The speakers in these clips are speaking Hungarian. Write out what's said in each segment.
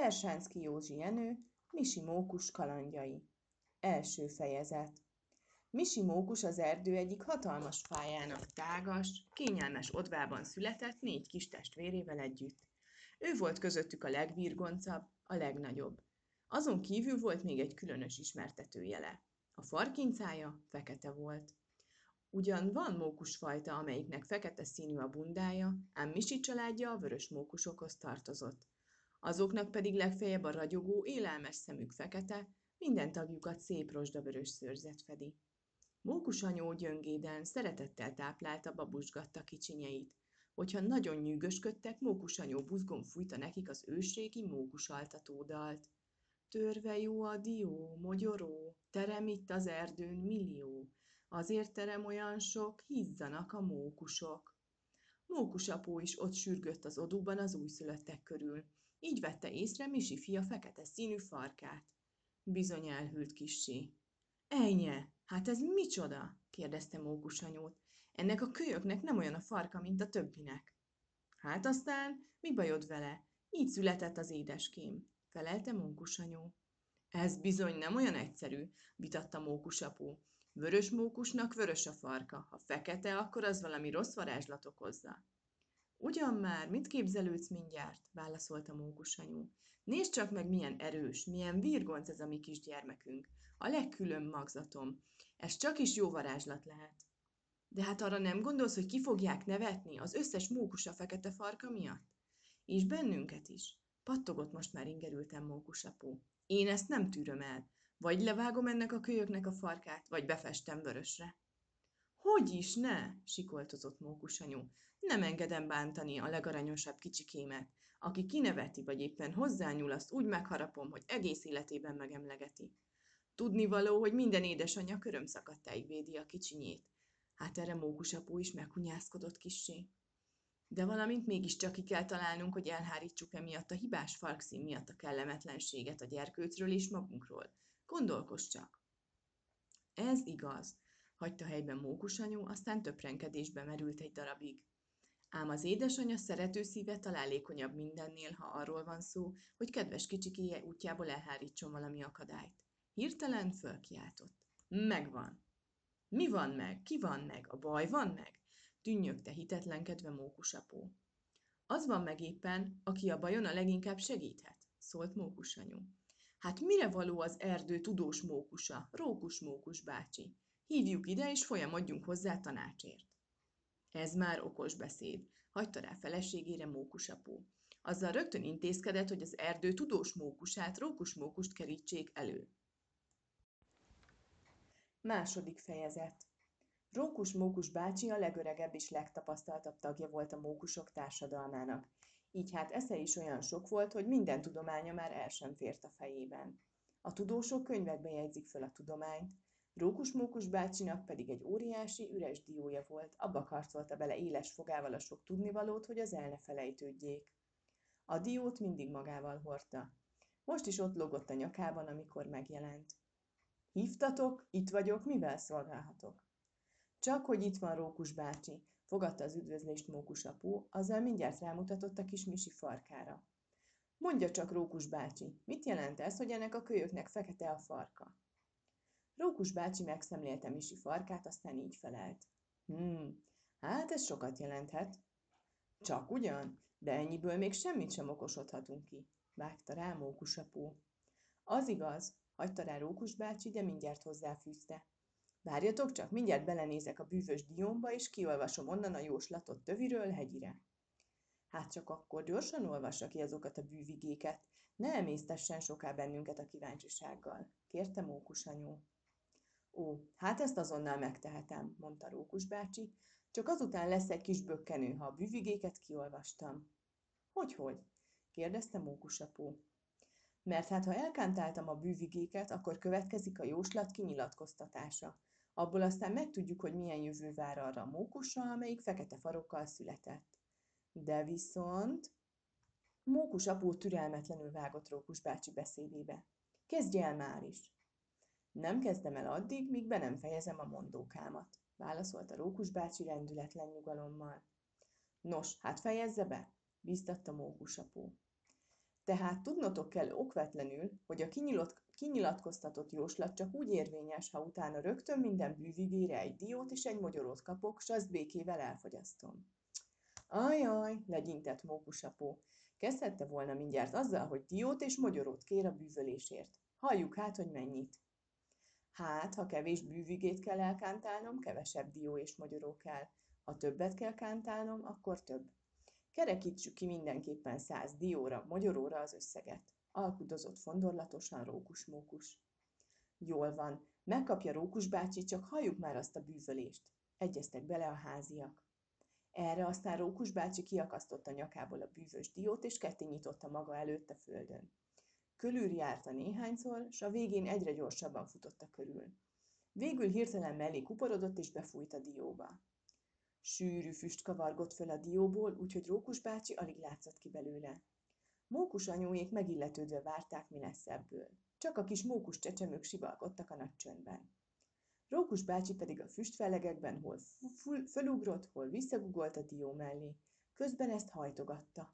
Ersánszky Józsi Jenő, Misi mókus kalandjai. Első fejezet. Misi mókus az erdő egyik hatalmas fájának tágas, kényelmes odvában született 4 kis testvérével együtt. Ő volt közöttük a legvirgoncabb, a legnagyobb. Azon kívül volt még egy különös ismertetőjele. A farkincája fekete volt. Ugyan van mókusfajta, amelyiknek fekete színű a bundája, ám Misi családja a vörös mókusokhoz tartozott. Azoknak pedig legfeljebb a ragyogó, élelmes szemük fekete, minden tagjukat szép rozsdavörös szőrzet fedi. Mókusanyó gyöngéden szeretettel táplálta, babusgatta kicsinyeit. Hogyha nagyon nyűgösködtek, mókusanyó buzgón fújta nekik az ősrégi mókusaltatódalt. Törve jó a dió, mogyoró, terem itt az erdőn millió, azért terem olyan sok, hízzanak a mókusok. Mókusapó is ott sürgött az odúban az újszülöttek körül. Így vette észre Misi fia fekete színű farkát. Bizony elhűlt kissé. Ejnye, hát ez micsoda? Kérdezte mókusanyót. Ennek a kölyöknek nem olyan a farka, mint a többinek. Hát aztán, mi bajod vele? Így született az édeském, felelte mókusanyó. Ez bizony nem olyan egyszerű, vitatta mókusapó. Vörös mókusnak vörös a farka, ha fekete, akkor az valami rossz varázslat okozza. Ugyan már, mit képzelődsz mindjárt? Válaszolta mókusanyú. Nézd csak meg, milyen erős, milyen virgonc ez a mi kisgyermekünk. A legkülön magzatom. Ez csak is jó varázslat lehet. De hát arra nem gondolsz, hogy ki fogják nevetni az összes mókus a fekete farka miatt? És bennünket is. Pattogott most már ingerülten mókusapó. Én ezt nem tűröm el. Vagy levágom ennek a kölyöknek a farkát, vagy befestem vörösre. Hogy is ne? Sikoltozott mókusanyu. Nem engedem bántani a legaranyosabb kicsikémet. Aki kineveti, vagy éppen hozzányúl, azt úgy megharapom, hogy egész életében megemlegeti. Tudnivaló, hogy minden édesanyja körömszakadtáig védi a kicsinyét. Hát erre mókusapó is meghunyászkodott kissé. De valamint mégiscsak ki kell találnunk, hogy elhárítsuk emiatt a hibás farkszín miatt a kellemetlenséget a gyerkőcről és magunkról. Gondolkozz csak! Ez igaz, hagyta helyben mókusanyú, aztán töprengedésbe merült egy darabig. Ám az édesanyja szerető szíve találékonyabb mindennél, ha arról van szó, hogy kedves kicsikéje útjából elhárítson valami akadályt. Hirtelen fölkiáltott. Megvan! Mi van meg? Ki van meg? A baj van meg? Tűnnyögte hitetlenkedve mókusapó. Az van meg éppen, aki a bajon a leginkább segíthet, szólt mókusanyú. Hát mire való az erdő tudós mókusa, Rókus mókus bácsi? Hívjuk ide, és folyamodjunk hozzá tanácsért. Ez már okos beszéd, hagyta rá feleségére mókusapó. Azzal rögtön intézkedett, hogy az erdő tudós mókusát, Rókus mókust kerítsék elő. Második fejezet. Rókus mókus bácsi a legöregebb és legtapasztaltabb tagja volt a mókusok társadalmának. Így hát esze is olyan sok volt, hogy minden tudománya már el sem fért a fejében. A tudósok könyvekbe jegyzik föl a tudományt, Rókus mókus bácsinak pedig egy óriási, üres diója volt, abba karcolta bele éles fogával a sok tudnivalót, hogy az el ne felejtődjék. A diót mindig magával hordta. Most is ott lógott a nyakában, amikor megjelent. Hívtatok? Itt vagyok, mivel szolgálhatok? Csak hogy itt van Rókus bácsi, fogadta az üdvözlést mókusapó, azzal mindjárt rámutatott a kis Misi farkára. Mondja csak, Rókus bácsi, mit jelent ez, hogy ennek a kölyöknek fekete a farka? Rókus bácsi megszemlélte Misi farkát, aztán így felelt. Hát ez sokat jelenthet. Csak ugyan, de ennyiből még semmit sem okosodhatunk ki, vágta rá mókusapó. Az igaz, hagyta rá Rókus bácsi, de mindjárt hozzáfűzte. Várjatok csak, mindjárt belenézek a bűvös diómba, és kiolvasom onnan a jóslatot töviről hegyire. Hát csak akkor gyorsan olvassa ki azokat a bűvigéket, ne emésztessen soká bennünket a kíváncsisággal, kérte mókusanyó. Ó, hát ezt azonnal megtehetem, mondta Rókus bácsi, csak azután lesz egy kis bökkenő, ha a bűvigéket kiolvastam. Hogy? kérdezte mókusapó. Mert hát ha elkántáltam a bűvigéket, akkor következik a jóslat kinyilatkoztatása. Abból aztán megtudjuk, hogy milyen jövő vár arra a mókusra, amelyik fekete farokkal született. De viszont... Mókusapó türelmetlenül vágott Rókus bácsi beszédébe. Kezdj el már is! Nem kezdem el addig, míg be nem fejezem a mondókámat, válaszolta Rókus bácsi rendületlen nyugalommal. Nos, hát fejezze be, bíztatta mókusapó. Tehát tudnotok kell okvetlenül, hogy a kinyilatkoztatott jóslat csak úgy érvényes, ha utána rögtön minden bűvigére egy diót és egy mogyorót kapok, s azt békével elfogyasztom. Ajaj, legyintett mókusapó. Kezdhette volna mindjárt azzal, hogy diót és mogyorót kér a bűvölésért. Halljuk hát, hogy mennyit. Hát, ha kevés bűvigét kell elkántálnom, kevesebb dió és mogyoró kell. Ha többet kell kántálnom, akkor több. Kerekítsük ki mindenképpen 100 dióra, mogyoróra az összeget. Alkudozott fondorlatosan Rókus-mókus. Jól van, megkapja Rókus bácsi, csak halljuk már azt a bűvölést. Egyeztek bele a háziak. Erre aztán Rókus bácsi kiakasztotta nyakából a bűvös diót, és ketté nyitotta maga előtt a földön. Körüljárta néhányszor, s a végén egyre gyorsabban futotta körül. Végül hirtelen mellé kuporodott, és befújt a dióba. Sűrű füst kavargott föl a dióból, úgyhogy Rókus bácsi alig látszott ki belőle. Mókus anyóék megilletődve várták, mi lesz ebből. Csak a kis mókus csecsemők sivalkodtak a nagy csöndben. Rókus bácsi pedig a füstfellegekben hol fölugrott, hol visszagugolt a dió mellé. Közben ezt hajtogatta.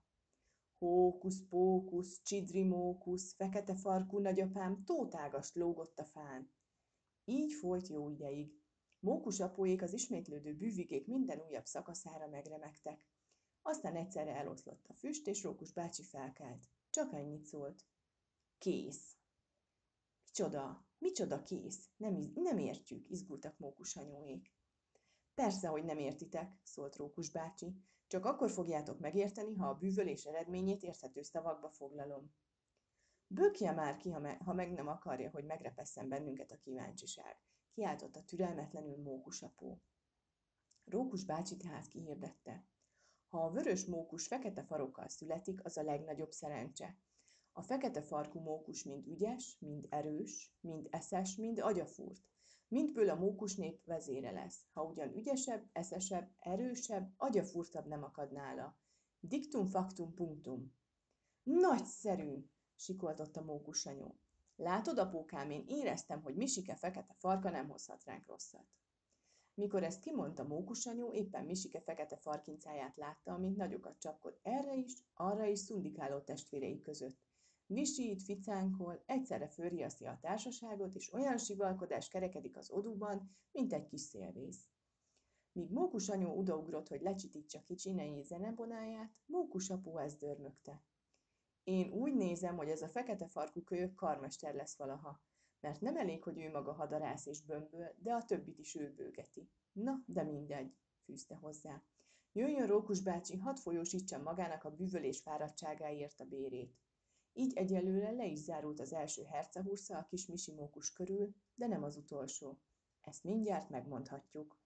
Hókusz-pókusz, csidrimókusz, fekete farkú nagyapám tótágast lógott a fán. Így folyt jó ideig. Mókus apóék az ismétlődő bűvigék minden újabb szakaszára megremegtek. Aztán egyszerre eloszlott a füst, és Rókus bácsi felkelt. Csak ennyit szólt. Kész. Micsoda? Micsoda kész? Nem értjük, izgultak Mókus anyóék. Persze, hogy nem értitek, szólt Rókus bácsi. Csak akkor fogjátok megérteni, ha a bűvölés eredményét érthető szavakba foglalom. Bökje már ki, ha meg nem akarja, hogy megrepesszen bennünket a kíváncsiság, kiáltotta türelmetlenül Mókus apó. Rókus bácsi tehát kihirdette. Ha a vörös mókus fekete farokkal születik, az a legnagyobb szerencse. A fekete farkú mókus mind ügyes, mind erős, mind eszes, mind agyafúrt. Mindből a mókus nép vezére lesz. Ha ugyan ügyesebb, eszesebb, erősebb, agyafúrtabb nem akad nála. Dictum factum punctum. Nagyszerű! Sikoltott a mókusanyó. Látod, apókám, én éreztem, hogy Misike fekete farka nem hozhat ránk rosszat. Mikor ezt kimondta Mókusanyó, éppen Misike fekete farkincáját látta, amint nagyokat csapkod erre is, arra is szundikáló testvérei között. Visít, ficánkol, egyszerre fölriasztja a társaságot, és olyan sivalkodás kerekedik az odúban, mint egy kis szélvész. Míg Mókusanyó odaugrott, hogy lecsitítsa kicsinei zenebonáját, Mókusapó ezt dörmögte. Én úgy nézem, hogy ez a fekete farkú kölyök karmester lesz valaha, mert nem elég, hogy ő maga hadarász és bömböl, de a többit is ő bőgeti. Na, de mindegy, fűzte hozzá. Jöjjön Rókus bácsi, hadd folyósítsam magának a bűvölés fáradtságáért a bérét. Így egyelőre le is zárult az első hercehursza a kis Misimókus körül, de nem az utolsó. Ezt mindjárt megmondhatjuk.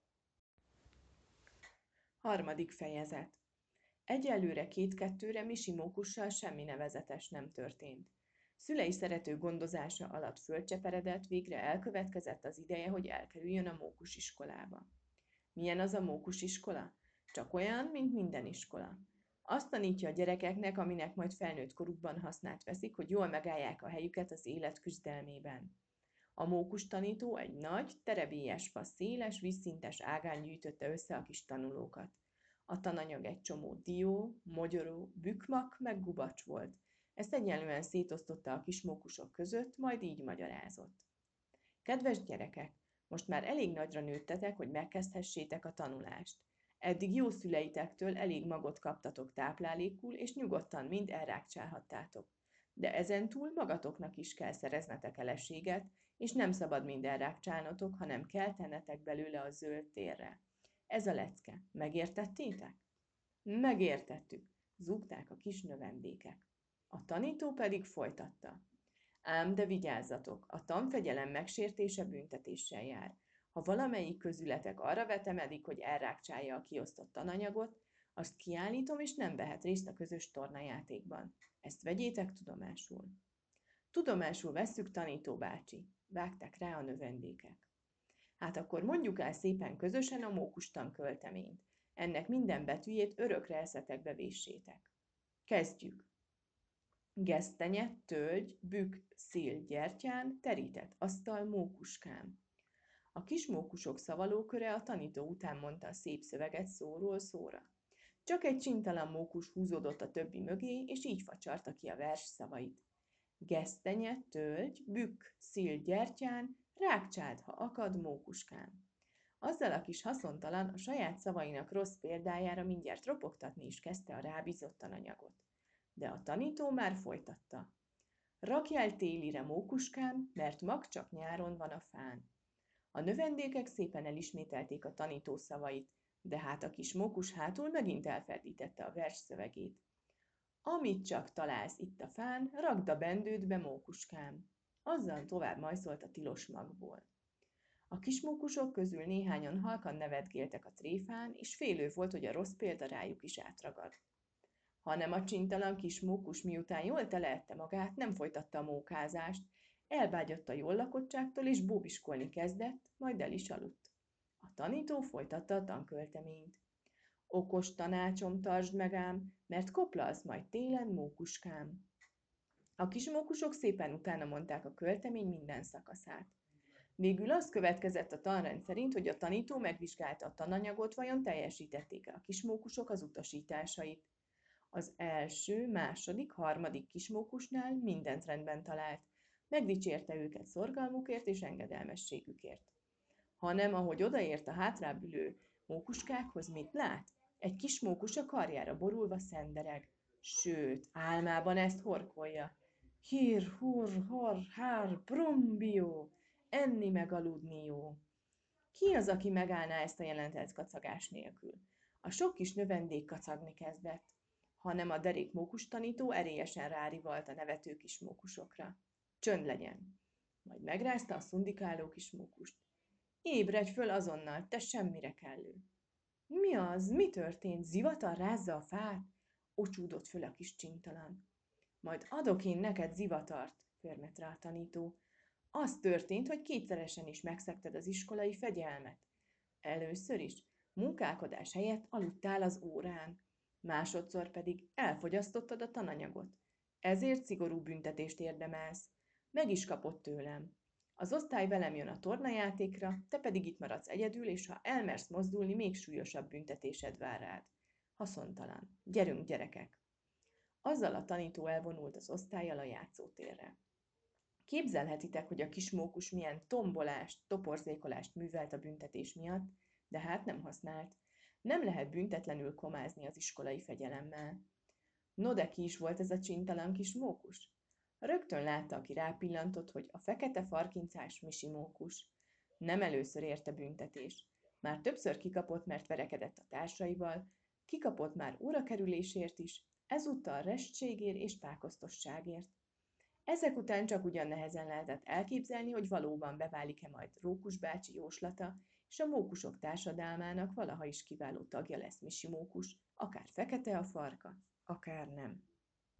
3. fejezet. Egyelőre 2-2-re Misimókussal semmi nevezetes nem történt. Szülei szerető gondozása alatt fölcseperedett, végre elkövetkezett az ideje, hogy elkerüljön a mókus iskolába. Milyen az a mókus iskola? Csak olyan, mint minden iskola. Azt tanítja a gyerekeknek, aminek majd felnőtt korukban hasznát veszik, hogy jól megállják a helyüket az élet küzdelmében. A mókus tanító egy nagy, terebélyes fa széles, vízszintes ágán gyűjtötte össze a kis tanulókat. A tananyag egy csomó dió, mogyoró, bükmak meg gubacs volt. Ezt egyenlően szétosztotta a kis mókusok között, majd így magyarázott. Kedves gyerekek, most már elég nagyra nőttetek, hogy megkezdhessétek a tanulást. Eddig jó szüleitektől elég magot kaptatok táplálékul, és nyugodtan mind elrákcsálhattátok. De ezentúl magatoknak is kell szereznetek eleséget, és nem szabad mind elrákcsálnotok, hanem kell tennetek belőle a zöld térre. Ez a lecke. Megértettétek? Megértettük, zúgták a kis növendékek. A tanító pedig folytatta. Ám de vigyázzatok, a tanfegyelem megsértése büntetéssel jár. Ha valamelyik közületek arra vetemedik, hogy elrákcsálja a kiosztott tananyagot, azt kiállítom, és nem vehet részt a közös tornajátékban. Ezt vegyétek tudomásul. Tudomásul vesszük, tanító bácsi, vágták rá a növendékek. Hát akkor mondjuk el szépen közösen a mókustan költeményt. Ennek minden betűjét örökre eszetekbe véssétek. Kezdjük! Gesztenye, tölgy, bükk, szél, gyertyán, terített asztal, mókuskám. A kis mókusok szavalóköre a tanító után mondta a szép szöveget szóról szóra. Csak egy csintalan mókus húzódott a többi mögé, és így facsarta ki a vers szavait. Gesztenye, tölgy, bükk, szil gyertyán, rákcsád, ha akad mókuskám. Azzal a kis haszontalan a saját szavainak rossz példájára mindjárt ropogtatni is kezdte a rábízott tananyagot. De a tanító már folytatta. Rakjál télire, mókuskám, mert mag csak nyáron van a fán. A növendékek szépen elismételték a tanító szavait, de hát a kis mókus hátul megint elferdítette a vers szövegét. Amit csak találsz itt a fán, rakd a bendődbe, mókuskám. Azzal tovább majszolt a tilos magból. A kismókusok közül néhányan halkan nevetgéltek a tréfán, és félő volt, hogy a rossz példa rájuk is átragad. Hanem a csintalan kis mókus miután jól teleette magát, nem folytatta a mókázást, elbágyadt a jól lakottságtól, és bóbiskolni kezdett, majd el is aludt. A tanító folytatta a tankölteményt. Okos tanácsom tartsd meg ám, mert koplalsz majd télen, mókuskám. A kis mókusok szépen utána mondták a költemény minden szakaszát. Végül az következett a tanrend szerint, hogy a tanító megvizsgálta a tananyagot, vajon teljesítették-e a kismókusok az utasításait. Az első, második, harmadik kismókusnál mindent rendben talált. Megdicsérte őket szorgalmukért és engedelmességükért. Hanem, ahogy odaért a hátrább ülő mókuskákhoz, mit lát? Egy kis mókus a karjára borulva szendereg. Sőt, álmában ezt horkolja. Hír, hur, hor, hár, brumbió, enni meg aludni jó. Ki az, aki megállná ezt a jelentet kacagás nélkül? A sok kis növendék kacagni kezdett, hanem a derék mókus tanító erélyesen rárivalt a nevető kis mókusokra. Csönd legyen! Majd megrázta a szundikáló kis mókust. Ébredj föl azonnal, te semmire kellő! Mi az? Mi történt? Zivatar rázza a fát? Ocsúdott föl a kis csintalan. Majd adok én neked zivatart, förmet rá a tanító. Az történt, hogy kétszeresen is megszegted az iskolai fegyelmet. Először is munkálkodás helyett aludtál az órán, másodszor pedig elfogyasztottad a tananyagot. Ezért szigorú büntetést érdemelsz. Meg is kapott tőlem. Az osztály velem jön a tornajátékra, te pedig itt maradsz egyedül, és ha elmersz mozdulni, még súlyosabb büntetésed vár rád. Haszontalan. Gyerünk, gyerekek! Azzal a tanító elvonult az osztállyal a játszótérre. Képzelhetitek, hogy a kis mókus milyen tombolást, toporzékolást művelt a büntetés miatt, de hát nem használt. Nem lehet büntetlenül komázni az iskolai fegyelemmel. No de ki is volt ez a csintalan kis mókus? Rögtön látta, aki rápillantott, hogy a fekete farkincás Misi mókus. Nem először érte büntetés. Már többször kikapott, mert verekedett a társaival, kikapott már órakerülésért is, ezúttal restségért és fákoztosságért. Ezek után csak ugyan nehezen lehetett elképzelni, hogy valóban beválik-e majd Rókus bácsi jóslata, és a mókusok társadalmának valaha is kiváló tagja lesz Misi mókus, akár fekete a farka, akár nem.